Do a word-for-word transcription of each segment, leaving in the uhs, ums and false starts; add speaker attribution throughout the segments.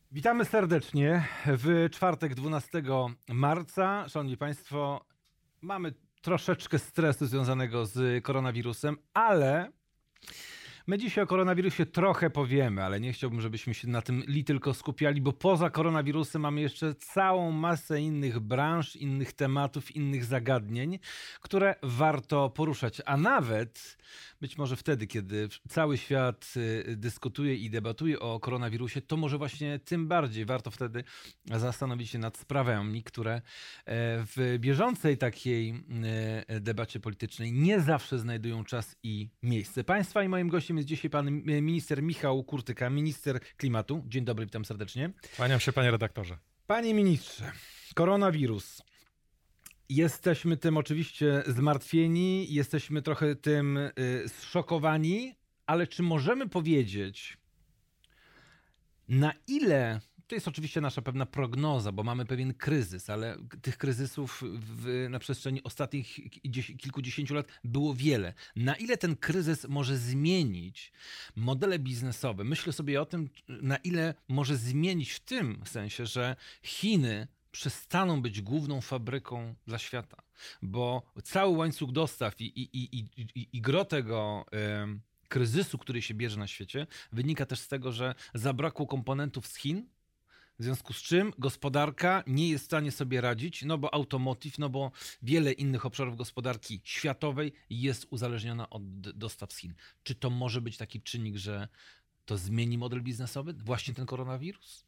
Speaker 1: Witamy serdecznie w czwartek dwunastego marca. Szanowni Państwo, mamy troszeczkę stresu związanego z koronawirusem, ale my dzisiaj o koronawirusie trochę powiemy, ale nie chciałbym, żebyśmy się na tym li tylko skupiali, bo poza koronawirusem mamy jeszcze całą masę innych branż, innych tematów, innych zagadnień, które warto poruszać. A nawet być może wtedy, kiedy cały świat dyskutuje i debatuje o koronawirusie, to może właśnie tym bardziej warto wtedy zastanowić się nad sprawami, które w bieżącej takiej debacie politycznej nie zawsze znajdują czas i miejsce. Państwa i moim gościem jest dzisiaj pan minister Michał Kurtyka, minister klimatu. Dzień dobry, witam serdecznie.
Speaker 2: Kłaniam się, panie redaktorze.
Speaker 1: Panie ministrze, koronawirus. Jesteśmy tym oczywiście zmartwieni, jesteśmy trochę tym y, zszokowani, ale czy możemy powiedzieć, na ile, to jest oczywiście nasza pewna prognoza, bo mamy pewien kryzys, ale tych kryzysów w, na przestrzeni ostatnich kilkudziesięciu lat było wiele. Na ile ten kryzys może zmienić modele biznesowe? Myślę sobie o tym, na ile może zmienić w tym sensie, że Chiny przestaną być główną fabryką dla świata, bo cały łańcuch dostaw i, i, i, i, i gro tego y, kryzysu, który się bierze na świecie, wynika też z tego, że zabrakło komponentów z Chin, w związku z czym gospodarka nie jest w stanie sobie radzić, no bo automotive, no bo wiele innych obszarów gospodarki światowej jest uzależniona od dostaw z Chin. Czy to może być taki czynnik, że to zmieni model biznesowy? Właśnie ten koronawirus?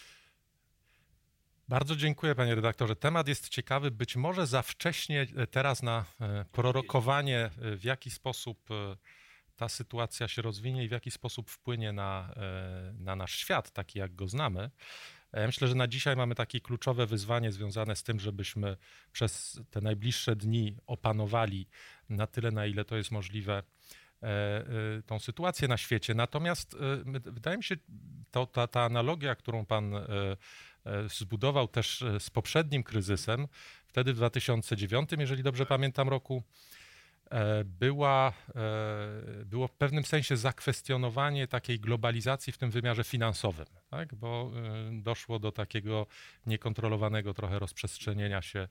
Speaker 2: Bardzo dziękuję, panie redaktorze. Temat jest ciekawy. Być może za wcześnie teraz na prorokowanie, w jaki sposób ta sytuacja się rozwinie i w jaki sposób wpłynie na, na nasz świat, taki jak go znamy. Ja myślę, że na dzisiaj mamy takie kluczowe wyzwanie związane z tym, żebyśmy przez te najbliższe dni opanowali na tyle, na ile to jest możliwe, tą sytuację na świecie. Natomiast wydaje mi się, to, ta, ta analogia, którą pan zbudował też z poprzednim kryzysem, wtedy w dwa tysiące dziewiątym, jeżeli dobrze pamiętam, roku, była, było w pewnym sensie zakwestionowanie takiej globalizacji w tym wymiarze finansowym, tak? Bo doszło do takiego niekontrolowanego trochę rozprzestrzenienia się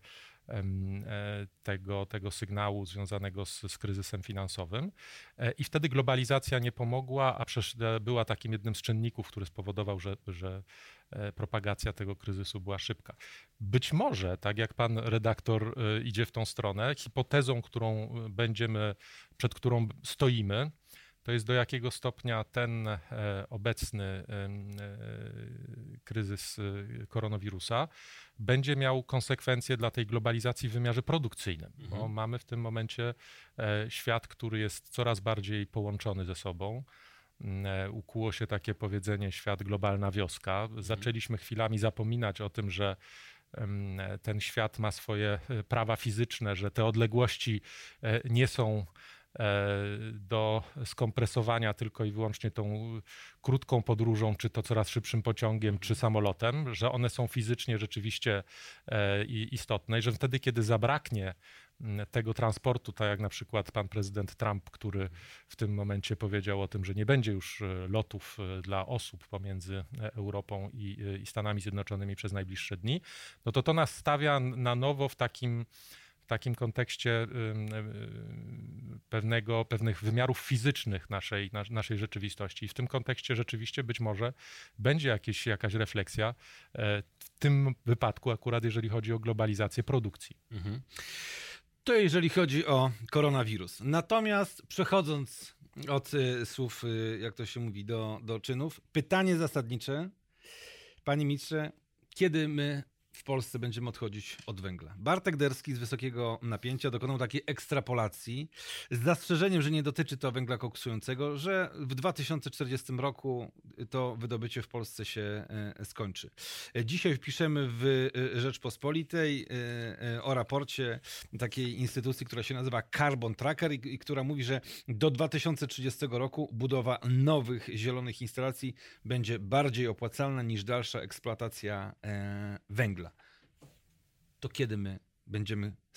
Speaker 2: tego, tego sygnału związanego z, z kryzysem finansowym i wtedy globalizacja nie pomogła, a przecież była takim jednym z czynników, który spowodował, że, że propagacja tego kryzysu była szybka. Być może, tak jak pan redaktor idzie w tą stronę, hipotezą, którą będziemy, przed którą stoimy, to jest do jakiego stopnia ten e, obecny e, e, kryzys koronawirusa będzie miał konsekwencje dla tej globalizacji w wymiarze produkcyjnym, mhm. bo mamy w tym momencie e, świat, który jest coraz bardziej połączony ze sobą. E, ukuło się takie powiedzenie świat globalna wioska. Mhm. Zaczęliśmy chwilami zapominać o tym, że ten świat ma swoje prawa fizyczne, że te odległości nie są do skompresowania tylko i wyłącznie tą krótką podróżą, czy to coraz szybszym pociągiem, czy samolotem, że one są fizycznie rzeczywiście istotne i że wtedy, kiedy zabraknie tego transportu, tak jak na przykład pan prezydent Trump, który w tym momencie powiedział o tym, że nie będzie już lotów dla osób pomiędzy Europą i, i Stanami Zjednoczonymi przez najbliższe dni, no to to nas stawia na nowo w takim w takim kontekście pewnego, pewnych wymiarów fizycznych naszej, naszej rzeczywistości. I w tym kontekście rzeczywiście być może będzie jakieś, jakaś refleksja w tym wypadku akurat, jeżeli chodzi o globalizację produkcji. Mhm.
Speaker 1: To jeżeli chodzi o koronawirus. Natomiast przechodząc od y, słów, y, jak to się mówi, do, do czynów, pytanie zasadnicze. Panie ministrze, kiedy my w Polsce będziemy odchodzić od węgla? Bartek Derski z Wysokiego Napięcia dokonał takiej ekstrapolacji z zastrzeżeniem, że nie dotyczy to węgla koksującego, że w dwa tysiące czterdziestym roku to wydobycie w Polsce się skończy. Dzisiaj wpiszemy w Rzeczpospolitej o raporcie takiej instytucji, która się nazywa Carbon Tracker i, i która mówi, że do dwa tysiące trzydziestego roku budowa nowych zielonych instalacji będzie bardziej opłacalna niż dalsza eksploatacja węgla. To kiedy my będziemy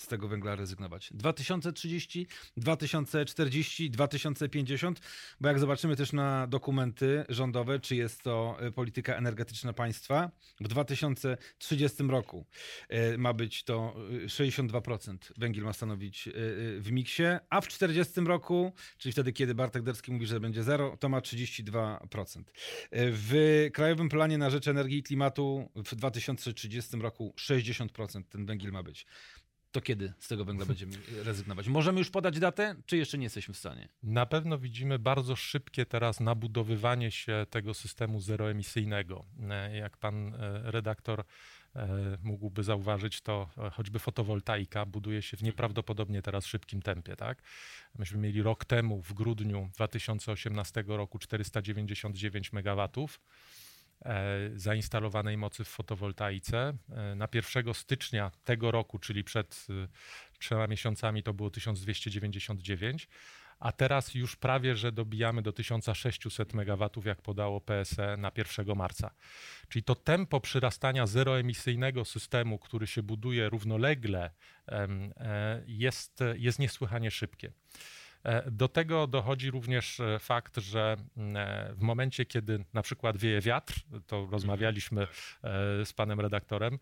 Speaker 1: z tego węgla rezygnować? dwa tysiące trzydzieści, dwa tysiące czterdzieści, dwa tysiące pięćdziesiąt? Bo jak zobaczymy też na dokumenty rządowe, czy jest to polityka energetyczna państwa, w dwa tysiące trzydziestym roku ma być to sześćdziesiąt dwa procent węgiel ma stanowić w miksie, a w czterdziestym roku, czyli wtedy, kiedy Bartek Derski mówi, że będzie zero, to ma trzydzieści dwa procent. W Krajowym Planie na rzecz Energii i Klimatu w dwa tysiące trzydziestym roku sześćdziesiąt procent ten węgiel ma być. To kiedy z tego węgla będziemy rezygnować? Możemy już podać datę, czy jeszcze nie jesteśmy w stanie?
Speaker 2: Na pewno widzimy bardzo szybkie teraz nabudowywanie się tego systemu zeroemisyjnego. Jak pan redaktor mógłby zauważyć, to choćby fotowoltaika buduje się w nieprawdopodobnie teraz szybkim tempie. Tak? Myśmy mieli rok temu, w grudniu dwa tysiące osiemnastego roku, czterysta dziewięćdziesiąt dziewięć megawatów zainstalowanej mocy w fotowoltaice. Na pierwszego stycznia tego roku, czyli przed trzema miesiącami, to było tysiąc dwieście dziewięćdziesiąt dziewięć, a teraz już prawie, że dobijamy do tysiąc sześćset megawatów, jak podało P S E na pierwszego marca. Czyli to tempo przyrastania zeroemisyjnego systemu, który się buduje równolegle, jest, jest niesłychanie szybkie. Do tego dochodzi również fakt, że w momencie, kiedy na przykład wieje wiatr, to rozmawialiśmy z panem redaktorem,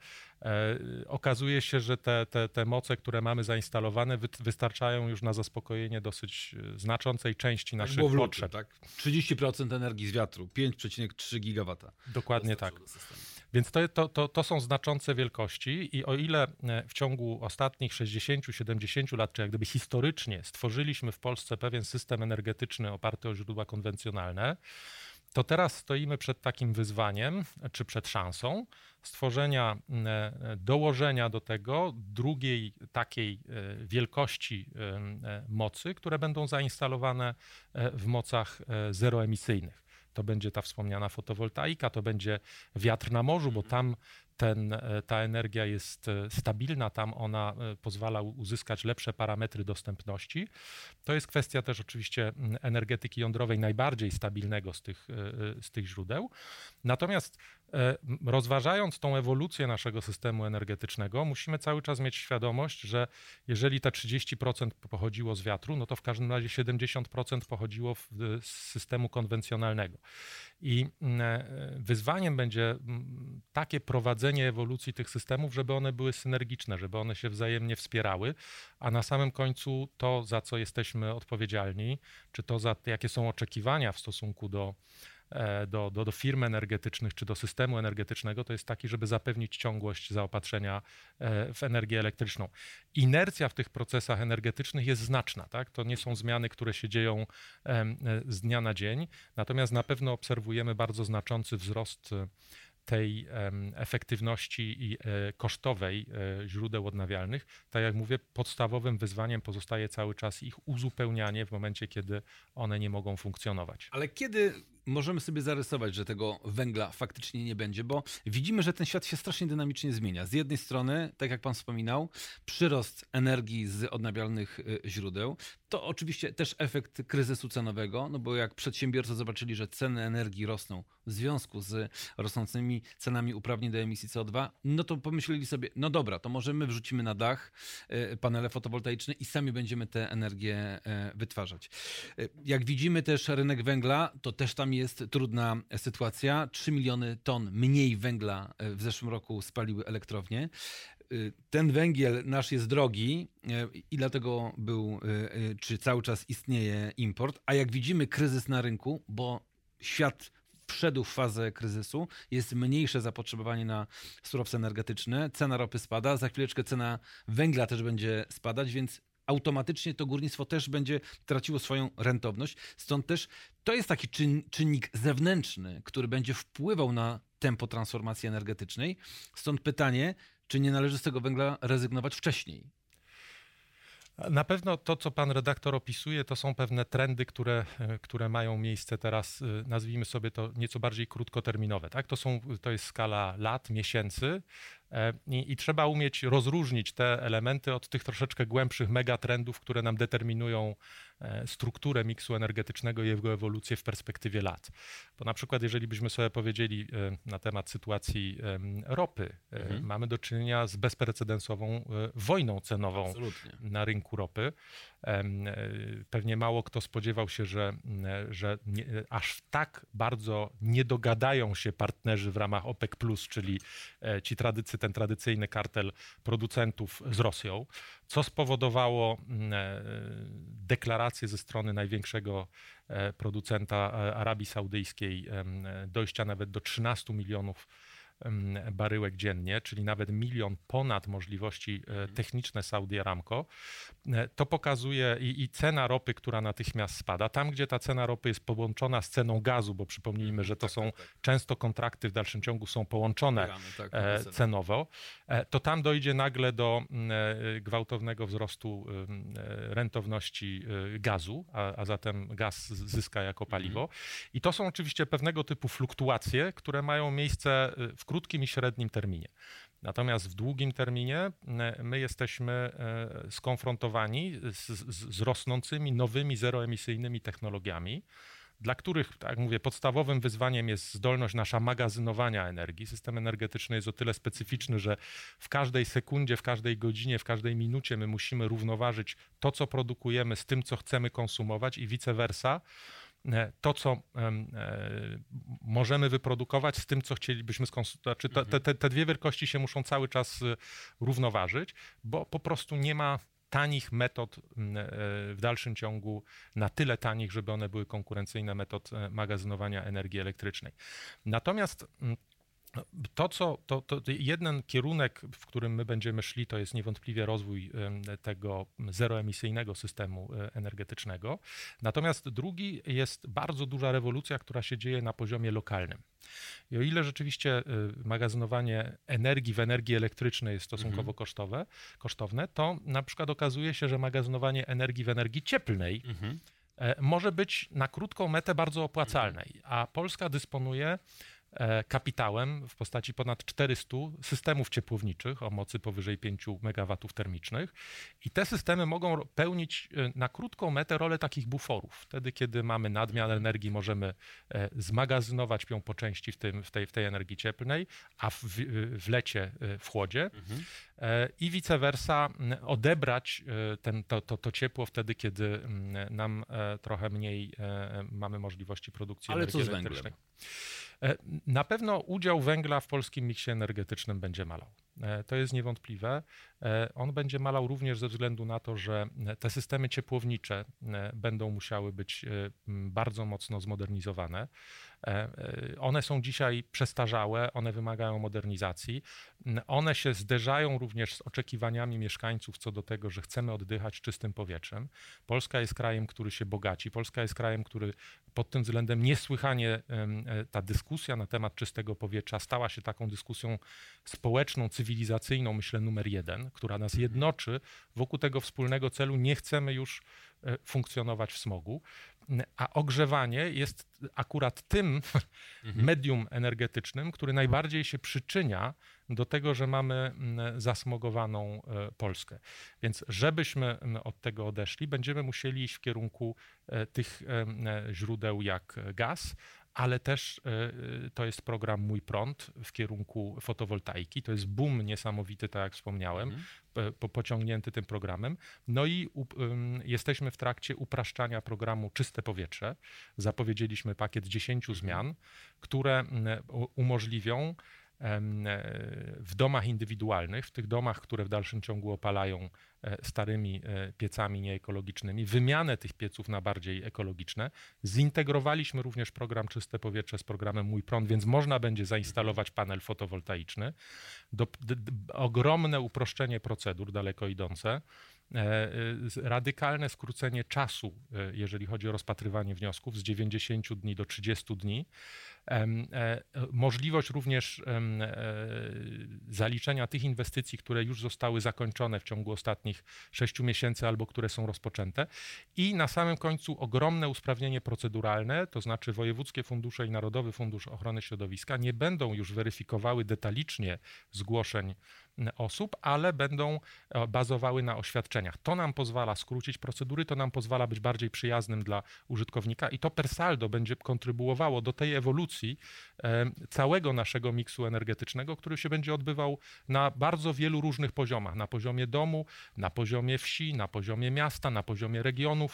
Speaker 2: okazuje się, że te, te, te moce, które mamy zainstalowane, wystarczają już na zaspokojenie dosyć znaczącej części naszych
Speaker 1: tak było
Speaker 2: potrzeb.
Speaker 1: Tak? trzydzieści procent energii z wiatru, pięć przecinek trzy gigawata.
Speaker 2: Dokładnie tak. Więc to, to, to, to są znaczące wielkości i o ile w ciągu ostatnich sześćdziesięciu siedemdziesięciu lat, czy jak gdyby historycznie stworzyliśmy w Polsce pewien system energetyczny oparty o źródła konwencjonalne, to teraz stoimy przed takim wyzwaniem, czy przed szansą stworzenia, dołożenia do tego drugiej takiej wielkości mocy, które będą zainstalowane w mocach zeroemisyjnych. To będzie ta wspomniana fotowoltaika, to będzie wiatr na morzu, bo tam ten, ta energia jest stabilna, tam ona pozwala uzyskać lepsze parametry dostępności. To jest kwestia też oczywiście energetyki jądrowej, najbardziej stabilnego z tych, z tych źródeł. Natomiast rozważając tą ewolucję naszego systemu energetycznego, musimy cały czas mieć świadomość, że jeżeli te trzydzieści procent pochodziło z wiatru, no to w każdym razie siedemdziesiąt procent pochodziło z systemu konwencjonalnego. I wyzwaniem będzie takie prowadzenie ewolucji tych systemów, żeby one były synergiczne, żeby one się wzajemnie wspierały, a na samym końcu to, za co jesteśmy odpowiedzialni, czy to, za jakie są oczekiwania w stosunku do Do, do, do firm energetycznych czy do systemu energetycznego, to jest taki, żeby zapewnić ciągłość zaopatrzenia w energię elektryczną. Inercja w tych procesach energetycznych jest znaczna. Tak? To nie są zmiany, które się dzieją z dnia na dzień, natomiast na pewno obserwujemy bardzo znaczący wzrost tej efektywności i kosztowej źródeł odnawialnych. Tak jak mówię, podstawowym wyzwaniem pozostaje cały czas ich uzupełnianie w momencie, kiedy one nie mogą funkcjonować.
Speaker 1: Ale kiedy możemy sobie zarysować, że tego węgla faktycznie nie będzie, bo widzimy, że ten świat się strasznie dynamicznie zmienia. Z jednej strony, tak jak pan wspominał, przyrost energii z odnawialnych źródeł, to oczywiście też efekt kryzysu cenowego, no bo jak przedsiębiorcy zobaczyli, że ceny energii rosną w związku z rosnącymi cenami uprawnień do emisji C O dwa, no to pomyśleli sobie, no dobra, to może my wrzucimy na dach panele fotowoltaiczne i sami będziemy tę energię wytwarzać. Jak widzimy też rynek węgla, to też tam jest trudna sytuacja. trzy miliony ton mniej węgla w zeszłym roku spaliły elektrownie. Ten węgiel nasz jest drogi i dlatego był, czy cały czas istnieje import, a jak widzimy kryzys na rynku, bo świat wszedł w fazę kryzysu, jest mniejsze zapotrzebowanie na surowce energetyczne, cena ropy spada, za chwileczkę cena węgla też będzie spadać, więc automatycznie to górnictwo też będzie traciło swoją rentowność. Stąd też to jest taki czyn, czynnik zewnętrzny, który będzie wpływał na tempo transformacji energetycznej. Stąd pytanie, czy nie należy z tego węgla rezygnować wcześniej?
Speaker 2: Na pewno to, co pan redaktor opisuje, to są pewne trendy, które, które mają miejsce teraz, nazwijmy sobie to nieco bardziej krótkoterminowe. Tak? To, są, to jest skala lat, miesięcy i, i trzeba umieć rozróżnić te elementy od tych troszeczkę głębszych megatrendów, które nam determinują strukturę miksu energetycznego i jego ewolucję w perspektywie lat. Bo na przykład jeżeli byśmy sobie powiedzieli na temat sytuacji ropy, mhm. mamy do czynienia z bezprecedensową wojną cenową Absolutnie. Na rynku ropy. Pewnie mało kto spodziewał się, że, że nie, aż tak bardzo nie dogadają się partnerzy w ramach OPEC plus, czyli ci tradycy, ten tradycyjny kartel producentów z Rosją, co spowodowało deklarację ze strony największego producenta Arabii Saudyjskiej dojścia nawet do trzynastu milionów baryłek dziennie, czyli nawet milion ponad możliwości techniczne Saudi Aramco, to pokazuje i, i cena ropy, która natychmiast spada. Tam, gdzie ta cena ropy jest połączona z ceną gazu, bo przypomnijmy, że to tak, są tak, tak. często kontrakty w dalszym ciągu są połączone Gramy, tak, cenowo, to tam dojdzie nagle do gwałtownego wzrostu rentowności gazu, a, a zatem gaz zyska jako paliwo. Mhm. I to są oczywiście pewnego typu fluktuacje, które mają miejsce w krótkim i średnim terminie. Natomiast w długim terminie my jesteśmy skonfrontowani z, z, z rosnącymi nowymi zeroemisyjnymi technologiami, dla których, tak jak mówię, podstawowym wyzwaniem jest zdolność nasza magazynowania energii. System energetyczny jest o tyle specyficzny, że w każdej sekundzie, w każdej godzinie, w każdej minucie my musimy równoważyć to, co produkujemy z tym, co chcemy konsumować i vice versa. To, co możemy wyprodukować z tym, co chcielibyśmy skonsumować. Znaczy te, te, te dwie wielkości się muszą cały czas równoważyć, bo po prostu nie ma tanich metod w dalszym ciągu, na tyle tanich, żeby one były konkurencyjne metod magazynowania energii elektrycznej. Natomiast To, co, to, to jeden kierunek, w którym my będziemy szli, to jest niewątpliwie rozwój tego zeroemisyjnego systemu energetycznego. Natomiast drugi jest bardzo duża rewolucja, która się dzieje na poziomie lokalnym. I o ile rzeczywiście magazynowanie energii w energii elektrycznej jest stosunkowo mhm. kosztowe, kosztowne, to na przykład okazuje się, że magazynowanie energii w energii cieplnej mhm. może być na krótką metę bardzo opłacalne. A Polska dysponuje kapitałem w postaci ponad czterystu systemów ciepłowniczych o mocy powyżej pięciu megawatów termicznych i te systemy mogą pełnić na krótką metę rolę takich buforów. Wtedy, kiedy mamy nadmiar energii, możemy zmagazynować ją po części w, tym, w, tej, w tej energii cieplnej, a w, w lecie w chłodzie mhm. i vice versa odebrać ten, to, to, to ciepło wtedy, kiedy nam trochę mniej mamy możliwości produkcji
Speaker 1: Ale
Speaker 2: energii
Speaker 1: co z
Speaker 2: elektrycznej.
Speaker 1: węglem?
Speaker 2: Na pewno udział węgla w polskim miksie energetycznym będzie malał. To jest niewątpliwe. On będzie malał również ze względu na to, że te systemy ciepłownicze będą musiały być bardzo mocno zmodernizowane. One są dzisiaj przestarzałe, one wymagają modernizacji. One się zderzają również z oczekiwaniami mieszkańców co do tego, że chcemy oddychać czystym powietrzem. Polska jest krajem, który się bogaci. Polska jest krajem, który pod tym względem niesłychanie ta dyskusja na temat czystego powietrza stała się taką dyskusją społeczną, cywilizacyjną, myślę, numer jeden, która nas jednoczy wokół tego wspólnego celu. Nie chcemy już funkcjonować w smogu, a ogrzewanie jest akurat tym mhm. medium energetycznym, który najbardziej się przyczynia do tego, że mamy zasmogowaną Polskę. Więc żebyśmy od tego odeszli, będziemy musieli iść w kierunku tych źródeł jak gaz, ale też to jest program Mój Prąd w kierunku fotowoltaiki. To jest boom niesamowity, tak jak wspomniałem, mhm. po, pociągnięty tym programem. No i u, jesteśmy w trakcie upraszczania programu Czyste Powietrze. Zapowiedzieliśmy pakiet dziesięciu zmian, które umożliwią w domach indywidualnych, w tych domach, które w dalszym ciągu opalają starymi piecami nieekologicznymi, wymianę tych pieców na bardziej ekologiczne. Zintegrowaliśmy również program Czyste Powietrze z programem Mój Prąd, więc można będzie zainstalować panel fotowoltaiczny. Do, d, d, ogromne uproszczenie procedur, daleko idące. Radykalne skrócenie czasu, jeżeli chodzi o rozpatrywanie wniosków, z dziewięćdziesięciu dni do trzydziestu dni. Możliwość również zaliczenia tych inwestycji, które już zostały zakończone w ciągu ostatnich sześciu miesięcy albo które są rozpoczęte. I na samym końcu ogromne usprawnienie proceduralne, to znaczy wojewódzkie fundusze i Narodowy Fundusz Ochrony Środowiska nie będą już weryfikowały detalicznie zgłoszeń osób, ale będą bazowały na oświadczeniach. To nam pozwala skrócić procedury, to nam pozwala być bardziej przyjaznym dla użytkownika i to per saldo będzie kontrybuowało do tej ewolucji całego naszego miksu energetycznego, który się będzie odbywał na bardzo wielu różnych poziomach. Na poziomie domu, na poziomie wsi, na poziomie miasta, na poziomie regionów,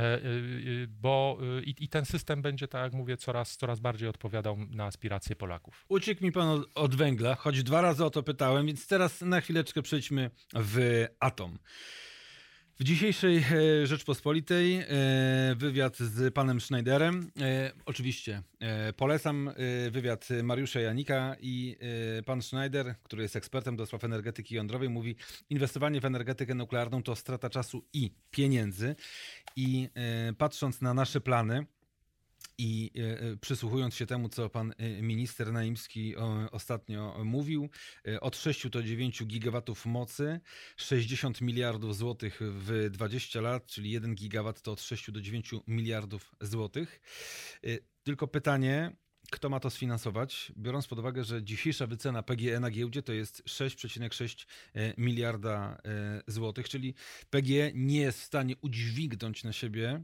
Speaker 2: bo i, i ten system będzie, tak jak mówię, coraz, coraz bardziej odpowiadał na aspiracje Polaków.
Speaker 1: Uciekł mi pan od, od węgla, choć dwa razy o to pytałem, więc teraz na chwileczkę przejdźmy w atom. W dzisiejszej Rzeczpospolitej wywiad z panem Schneiderem. Oczywiście polecam wywiad Mariusza Janika i pan Schneider, który jest ekspertem do spraw energetyki jądrowej, mówi: inwestowanie w energetykę nuklearną to strata czasu i pieniędzy. I patrząc na nasze plany i przysłuchując się temu, co pan minister Naimski ostatnio mówił, od sześciu do dziewięciu gigawatów mocy, sześćdziesiąt miliardów złotych w dwadzieścia lat, czyli jeden gigawat to od sześciu do dziewięciu miliardów złotych. Tylko pytanie, kto ma to sfinansować, biorąc pod uwagę, że dzisiejsza wycena P G E na giełdzie to jest sześć przecinek sześć miliarda złotych, czyli P G E nie jest w stanie udźwignąć na siebie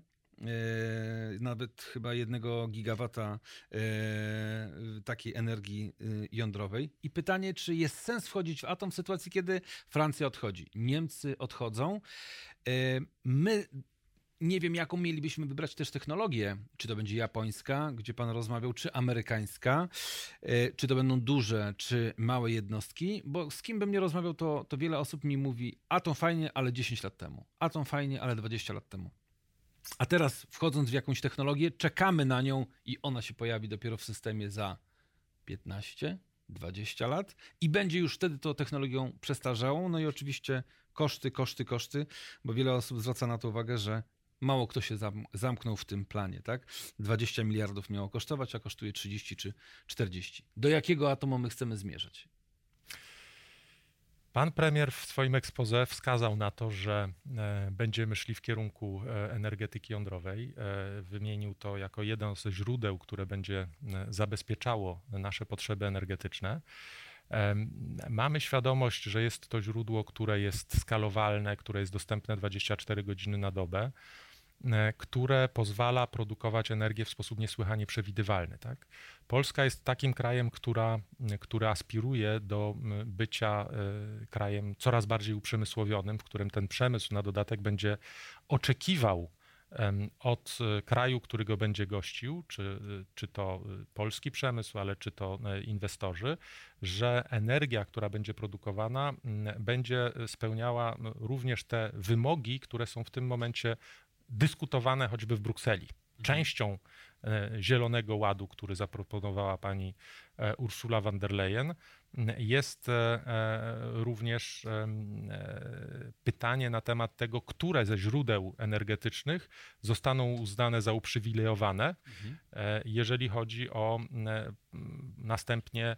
Speaker 1: nawet chyba jednego gigawata takiej energii jądrowej. I pytanie, czy jest sens wchodzić w atom w sytuacji, kiedy Francja odchodzi, Niemcy odchodzą. My nie wiem, jaką mielibyśmy wybrać też technologię. Czy to będzie japońska, gdzie pan rozmawiał, czy amerykańska, czy to będą duże, czy małe jednostki, bo z kim bym nie rozmawiał, to, to wiele osób mi mówi: atom fajnie, ale dziesięć lat temu. Atom fajnie, ale dwadzieścia lat temu. A teraz, wchodząc w jakąś technologię, czekamy na nią i ona się pojawi dopiero w systemie za piętnaście, dwadzieścia lat i będzie już wtedy to technologią przestarzałą. No i oczywiście koszty, koszty, koszty, bo wiele osób zwraca na to uwagę, że mało kto się zamknął w tym planie, tak? dwadzieścia miliardów miało kosztować, a kosztuje trzydzieści czy czterdzieści. Do jakiego atomu my chcemy zmierzać?
Speaker 2: Pan premier w swoim exposé wskazał na to, że będziemy szli w kierunku energetyki jądrowej. Wymienił to jako jeden z źródeł, które będzie zabezpieczało nasze potrzeby energetyczne. Mamy świadomość, że jest to źródło, które jest skalowalne, które jest dostępne dwadzieścia cztery godziny na dobę, które pozwala produkować energię w sposób niesłychanie przewidywalny. Tak? Polska jest takim krajem, która, który aspiruje do bycia krajem coraz bardziej uprzemysłowionym, w którym ten przemysł na dodatek będzie oczekiwał od kraju, który go będzie gościł, czy, czy to polski przemysł, ale czy to inwestorzy, że energia, która będzie produkowana, będzie spełniała również te wymogi, które są w tym momencie dyskutowane choćby w Brukseli. Częścią Zielonego Ładu, który zaproponowała pani Ursula von der Leyen, jest również pytanie na temat tego, które ze źródeł energetycznych zostaną uznane za uprzywilejowane, mhm. jeżeli chodzi o następnie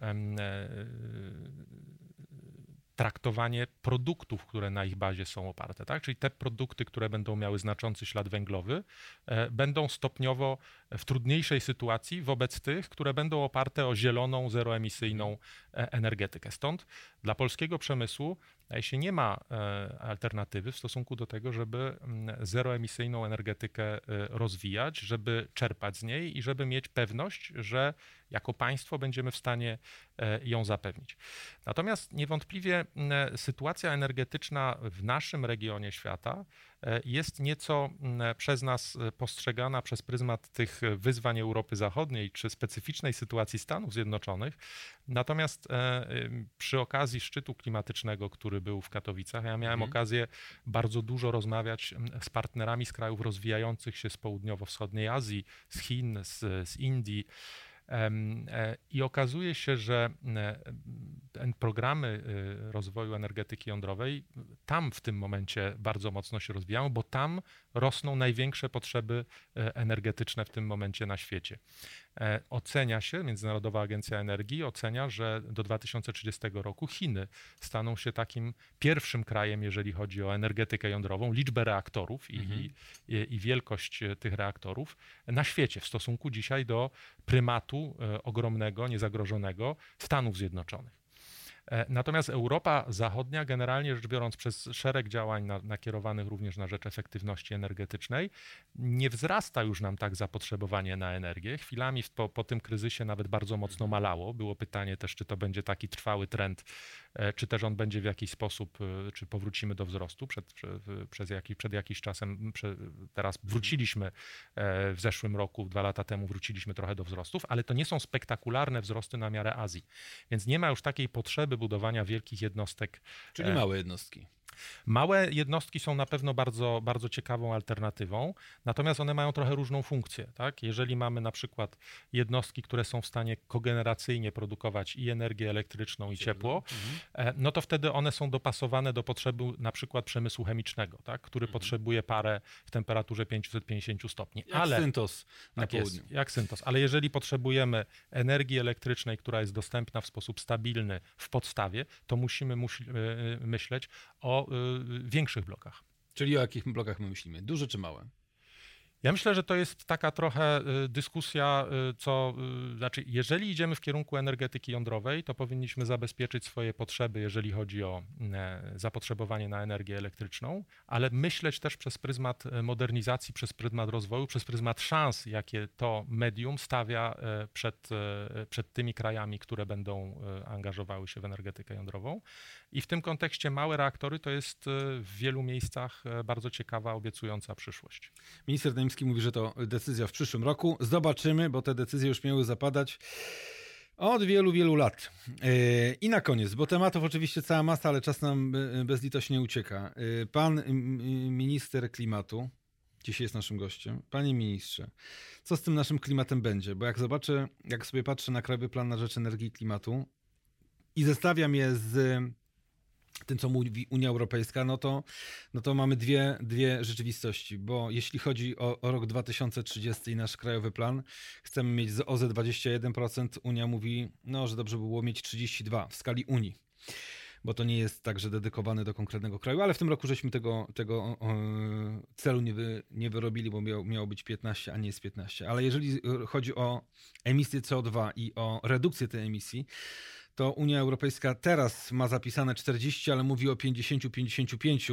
Speaker 2: traktowanie produktów, które na ich bazie są oparte. Tak? Czyli te produkty, które będą miały znaczący ślad węglowy, e, będą stopniowo w trudniejszej sytuacji wobec tych, które będą oparte o zieloną, zeroemisyjną e, energetykę. Stąd dla polskiego przemysłu się nie ma e, alternatywy w stosunku do tego, żeby m, zeroemisyjną energetykę e, rozwijać, żeby czerpać z niej i żeby mieć pewność, że jako państwo będziemy w stanie e, ją zapewnić. Natomiast niewątpliwie m, sytuacja energetyczna w naszym regionie świata e, jest nieco m, przez nas postrzegana przez pryzmat tych wyzwań Europy Zachodniej czy specyficznej sytuacji Stanów Zjednoczonych. Natomiast e, przy okazji szczytu klimatycznego, który był w Katowicach, ja miałem mhm. okazję bardzo dużo rozmawiać z partnerami z krajów rozwijających się z południowo-wschodniej Azji, z Chin, z, z Indii. I okazuje się, że programy rozwoju energetyki jądrowej tam w tym momencie bardzo mocno się rozwijają, bo tam rosną największe potrzeby energetyczne w tym momencie na świecie. Ocenia się, Międzynarodowa Agencja Energii ocenia, że do dwa tysiące trzydziestego roku Chiny staną się takim pierwszym krajem, jeżeli chodzi o energetykę jądrową, liczbę reaktorów i, mhm. i, i wielkość tych reaktorów na świecie w stosunku dzisiaj do prymatu ogromnego, niezagrożonego Stanów Zjednoczonych. Natomiast Europa Zachodnia, generalnie rzecz biorąc, przez szereg działań na, nakierowanych również na rzecz efektywności energetycznej, nie wzrasta już nam tak zapotrzebowanie na energię. Chwilami po, po tym kryzysie nawet bardzo mocno malało. Było pytanie też, czy to będzie taki trwały trend, czy też on będzie w jakiś sposób, czy powrócimy do wzrostu przed, przed, przez jakiś, przed jakiś czasem. Przed, teraz wróciliśmy w zeszłym roku, dwa lata temu wróciliśmy trochę do wzrostów, ale to nie są spektakularne wzrosty na miarę Azji. Więc nie ma już takiej potrzeby budowania wielkich jednostek.
Speaker 1: Czyli małe jednostki.
Speaker 2: Małe jednostki są na pewno bardzo, bardzo ciekawą alternatywą, natomiast one mają trochę różną funkcję. Tak? Jeżeli mamy na przykład jednostki, które są w stanie kogeneracyjnie produkować i energię elektryczną, i ciepło, mhm. no to wtedy one są dopasowane do potrzeby na przykład przemysłu chemicznego, tak? który mhm. potrzebuje parę w temperaturze pięćset pięćdziesiąt stopni.
Speaker 1: Jak Ale, Syntos na
Speaker 2: tak
Speaker 1: południu.
Speaker 2: Jest, jak Syntos. Ale jeżeli potrzebujemy energii elektrycznej, która jest dostępna w sposób stabilny w podstawie, to musimy musi, myśleć o większych blokach.
Speaker 1: Czyli o jakich blokach my myślimy? Duże czy małe?
Speaker 2: Ja myślę, że to jest taka trochę dyskusja, co znaczy, jeżeli idziemy w kierunku energetyki jądrowej, to powinniśmy zabezpieczyć swoje potrzeby, jeżeli chodzi o zapotrzebowanie na energię elektryczną, ale myśleć też przez pryzmat modernizacji, przez pryzmat rozwoju, przez pryzmat szans, jakie to medium stawia przed, przed tymi krajami, które będą angażowały się w energetykę jądrową. I w tym kontekście małe reaktory to jest w wielu miejscach bardzo ciekawa, obiecująca przyszłość.
Speaker 1: Minister Naimski mówi, że to decyzja w przyszłym roku. Zobaczymy, bo te decyzje już miały zapadać od wielu, wielu lat. I na koniec, bo tematów oczywiście cała masa, ale czas nam bezlitośnie ucieka. Pan minister klimatu dzisiaj jest naszym gościem. Panie ministrze, co z tym naszym klimatem będzie? Bo jak zobaczę, jak sobie patrzę na Krajowy Plan na rzecz Energii i Klimatu i zestawiam je z tym, co mówi Unia Europejska, no to, no to mamy dwie, dwie rzeczywistości, bo jeśli chodzi o, o rok dwa tysiące trzydziesty i nasz krajowy plan, chcemy mieć z O Z E dwadzieścia jeden procent, Unia mówi, no, że dobrze by było mieć trzydzieści dwa procent w skali Unii, bo to nie jest tak, że dedykowany do konkretnego kraju, ale w tym roku żeśmy tego, tego celu nie, wy, nie wyrobili, bo miał, miało być piętnaście, a nie jest piętnaście. Ale jeżeli chodzi o emisję C O dwa i o redukcję tej emisji, to Unia Europejska teraz ma zapisane czterdzieści, ale mówi o pięćdziesiąt pięćdziesiąt pięć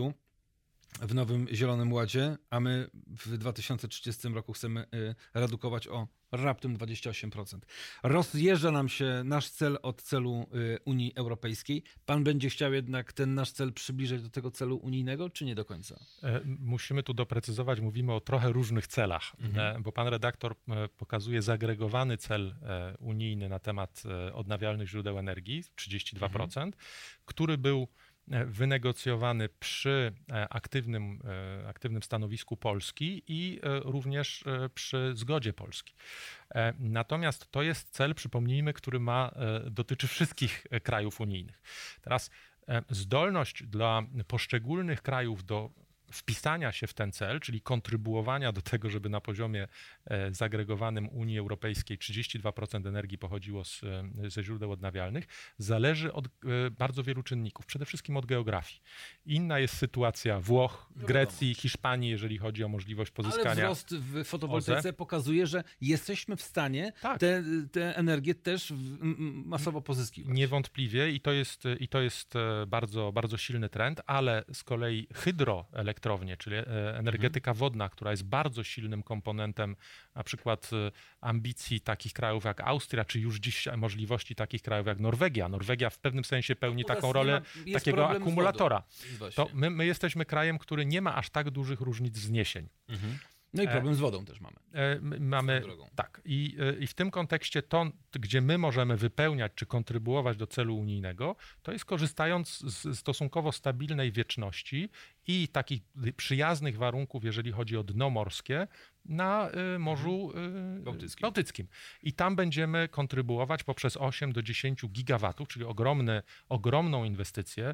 Speaker 1: w nowym Zielonym Ładzie, a my w dwa tysiące trzydziestym roku chcemy redukować o raptem dwadzieścia osiem procent. Rozjeżdża nam się nasz cel od celu Unii Europejskiej. Pan będzie chciał jednak ten nasz cel przybliżyć do tego celu unijnego, czy nie do końca?
Speaker 2: Musimy tu doprecyzować, mówimy o trochę różnych celach, mhm. bo pan redaktor pokazuje zagregowany cel unijny na temat odnawialnych źródeł energii, trzydzieści dwa procent, mhm. który był wynegocjowany przy aktywnym, aktywnym stanowisku Polski i również przy zgodzie Polski. Natomiast to jest cel, przypomnijmy, który ma, dotyczy wszystkich krajów unijnych. Teraz zdolność dla poszczególnych krajów do wpisania się w ten cel, czyli kontrybuowania do tego, żeby na poziomie zagregowanym Unii Europejskiej trzydzieści dwa procent energii pochodziło z, ze źródeł odnawialnych, zależy od bardzo wielu czynników, przede wszystkim od geografii. Inna jest sytuacja Włoch, Grecji, Hiszpanii, jeżeli chodzi o możliwość pozyskania.
Speaker 1: Ale wzrost w fotowoltaice O Z E pokazuje, że jesteśmy w stanie tak. tę te, te energię też masowo pozyskiwać.
Speaker 2: Niewątpliwie i to jest, i to jest bardzo, bardzo silny trend, ale z kolei hydroelektrownie, czyli energetyka wodna, która jest bardzo silnym komponentem na przykład ambicji takich krajów jak Austria, czy już dziś możliwości takich krajów jak Norwegia. Norwegia w pewnym sensie pełni taką rolę ma, takiego akumulatora. To my, my jesteśmy krajem, który nie ma aż tak dużych różnic wzniesień. Mhm.
Speaker 1: No i problem z wodą też mamy.
Speaker 2: Mamy, tak. I, I w tym kontekście to, gdzie my możemy wypełniać czy kontrybuować do celu unijnego, to jest korzystając z stosunkowo stabilnej wieczności i takich przyjaznych warunków, jeżeli chodzi o dno morskie, na Morzu Bałtyckim. Bałtyckim. I tam będziemy kontrybuować poprzez osiem do dziesięciu gigawatów, czyli ogromny, ogromną inwestycję.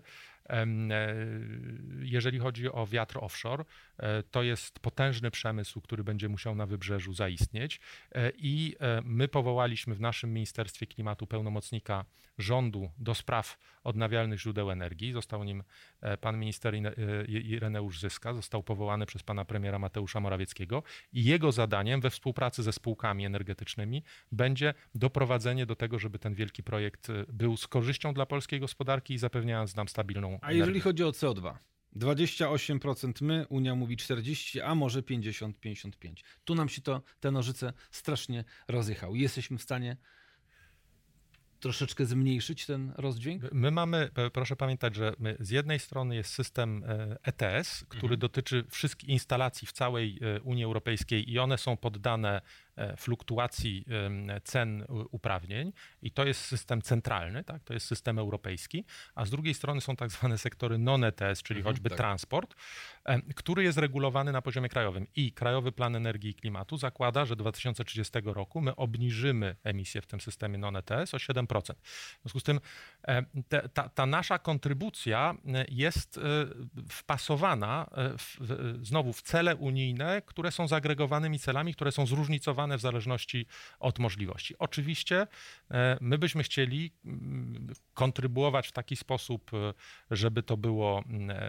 Speaker 2: Jeżeli chodzi o wiatr offshore, to jest potężny przemysł, który będzie musiał na wybrzeżu zaistnieć i my powołaliśmy w naszym Ministerstwie Klimatu pełnomocnika rządu do spraw odnawialnych źródeł energii. Został nim pan minister Ireneusz Zyska, został powołany przez pana premiera Mateusza Morawieckiego i jego zadaniem we współpracy ze spółkami energetycznymi będzie doprowadzenie do tego, żeby ten wielki projekt był z korzyścią dla polskiej gospodarki i zapewniając nam stabilną energię.
Speaker 1: A jeżeli chodzi o C O dwa? dwadzieścia osiem procent my, Unia mówi czterdzieści, a może pięćdziesiąt pięćdziesiąt pięć. Tu nam się to, te nożyce strasznie rozjechały. Jesteśmy w stanie troszeczkę zmniejszyć ten rozdźwięk?
Speaker 2: My mamy, proszę pamiętać, że my, z jednej strony jest system E T S, który mhm. dotyczy wszystkich instalacji w całej Unii Europejskiej i one są poddane fluktuacji cen uprawnień i to jest system centralny, tak? To jest system europejski, a z drugiej strony są tak zwane sektory non-E T S, czyli mhm, choćby tak. transport, który jest regulowany na poziomie krajowym i Krajowy Plan Energii i Klimatu zakłada, że do dwa tysiące trzydziestego roku my obniżymy emisję w tym systemie non-E T S o siedem procent. W związku z tym te, ta, ta nasza kontrybucja jest wpasowana w, znowu w cele unijne, które są zagregowanymi celami, które są zróżnicowane w zależności od możliwości. Oczywiście my byśmy chcieli kontrybuować w taki sposób, żeby to było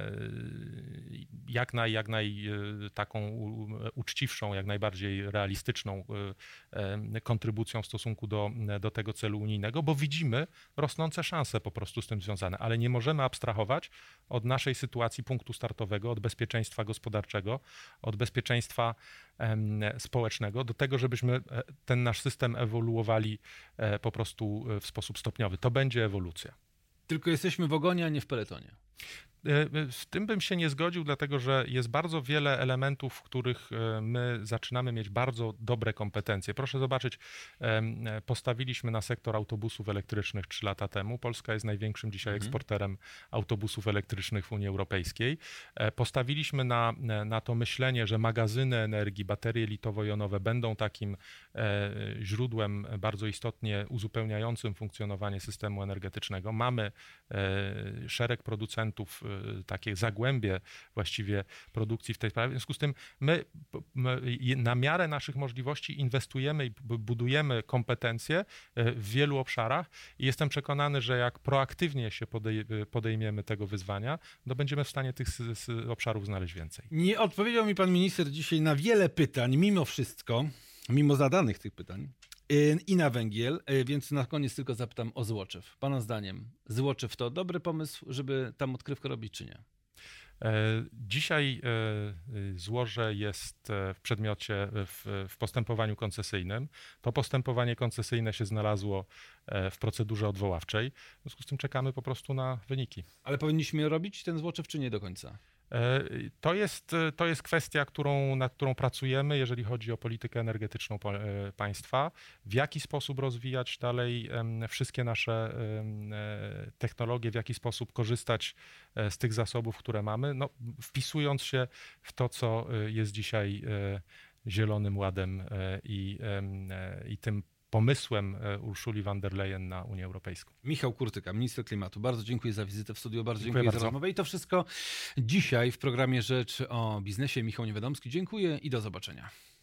Speaker 2: jak naj, jak naj taką uczciwszą, jak najbardziej realistyczną kontrybucją w stosunku do, do tego celu unijnego, bo widzimy rosnące szanse po prostu z tym związane, ale nie możemy abstrahować od naszej sytuacji punktu startowego, od bezpieczeństwa gospodarczego, od bezpieczeństwa społecznego, do tego, żebyśmy ten nasz system ewoluowali po prostu w sposób stopniowy. To będzie ewolucja.
Speaker 1: Tylko jesteśmy w ogonie, a nie w peletonie.
Speaker 2: Z tym bym się nie zgodził, dlatego że jest bardzo wiele elementów, w których my zaczynamy mieć bardzo dobre kompetencje. Proszę zobaczyć, postawiliśmy na sektor autobusów elektrycznych trzy lata temu. Polska jest największym dzisiaj mhm. eksporterem autobusów elektrycznych w Unii Europejskiej. Postawiliśmy na, na to myślenie, że magazyny energii, baterie litowo-jonowe będą takim źródłem bardzo istotnie uzupełniającym funkcjonowanie systemu energetycznego. Mamy szereg producentów, takie zagłębie właściwie produkcji w tej sprawie. W związku z tym my, my na miarę naszych możliwości inwestujemy i budujemy kompetencje w wielu obszarach i jestem przekonany, że jak proaktywnie się podej podejmiemy tego wyzwania, to będziemy w stanie tych obszarów znaleźć więcej.
Speaker 1: Nie odpowiedział mi pan minister dzisiaj na wiele pytań, mimo wszystko, mimo zadanych tych pytań. I na węgiel, więc na koniec tylko zapytam o Złoczew. Pana zdaniem Złoczew to dobry pomysł, żeby tam odkrywkę robić, czy nie?
Speaker 2: Dzisiaj złoże jest w przedmiocie, w, w postępowaniu koncesyjnym. To postępowanie koncesyjne się znalazło w procedurze odwoławczej. W związku z tym czekamy po prostu na wyniki.
Speaker 1: Ale powinniśmy robić ten Złoczew, czy nie do końca?
Speaker 2: To jest, to jest kwestia, którą, nad którą pracujemy, jeżeli chodzi o politykę energetyczną państwa. W jaki sposób rozwijać dalej wszystkie nasze technologie, w jaki sposób korzystać z tych zasobów, które mamy, no, wpisując się w to, co jest dzisiaj Zielonym Ładem i, i tym pomysłem Urszuli von der Leyen na Unię Europejską.
Speaker 1: Michał Kurtyka, minister klimatu. Bardzo dziękuję za wizytę w studiu, bardzo
Speaker 2: dziękuję,
Speaker 1: dziękuję
Speaker 2: bardzo.
Speaker 1: za rozmowę. I to wszystko dzisiaj w programie Rzecz o Biznesie. Michał Niewiadomski. Dziękuję i do zobaczenia.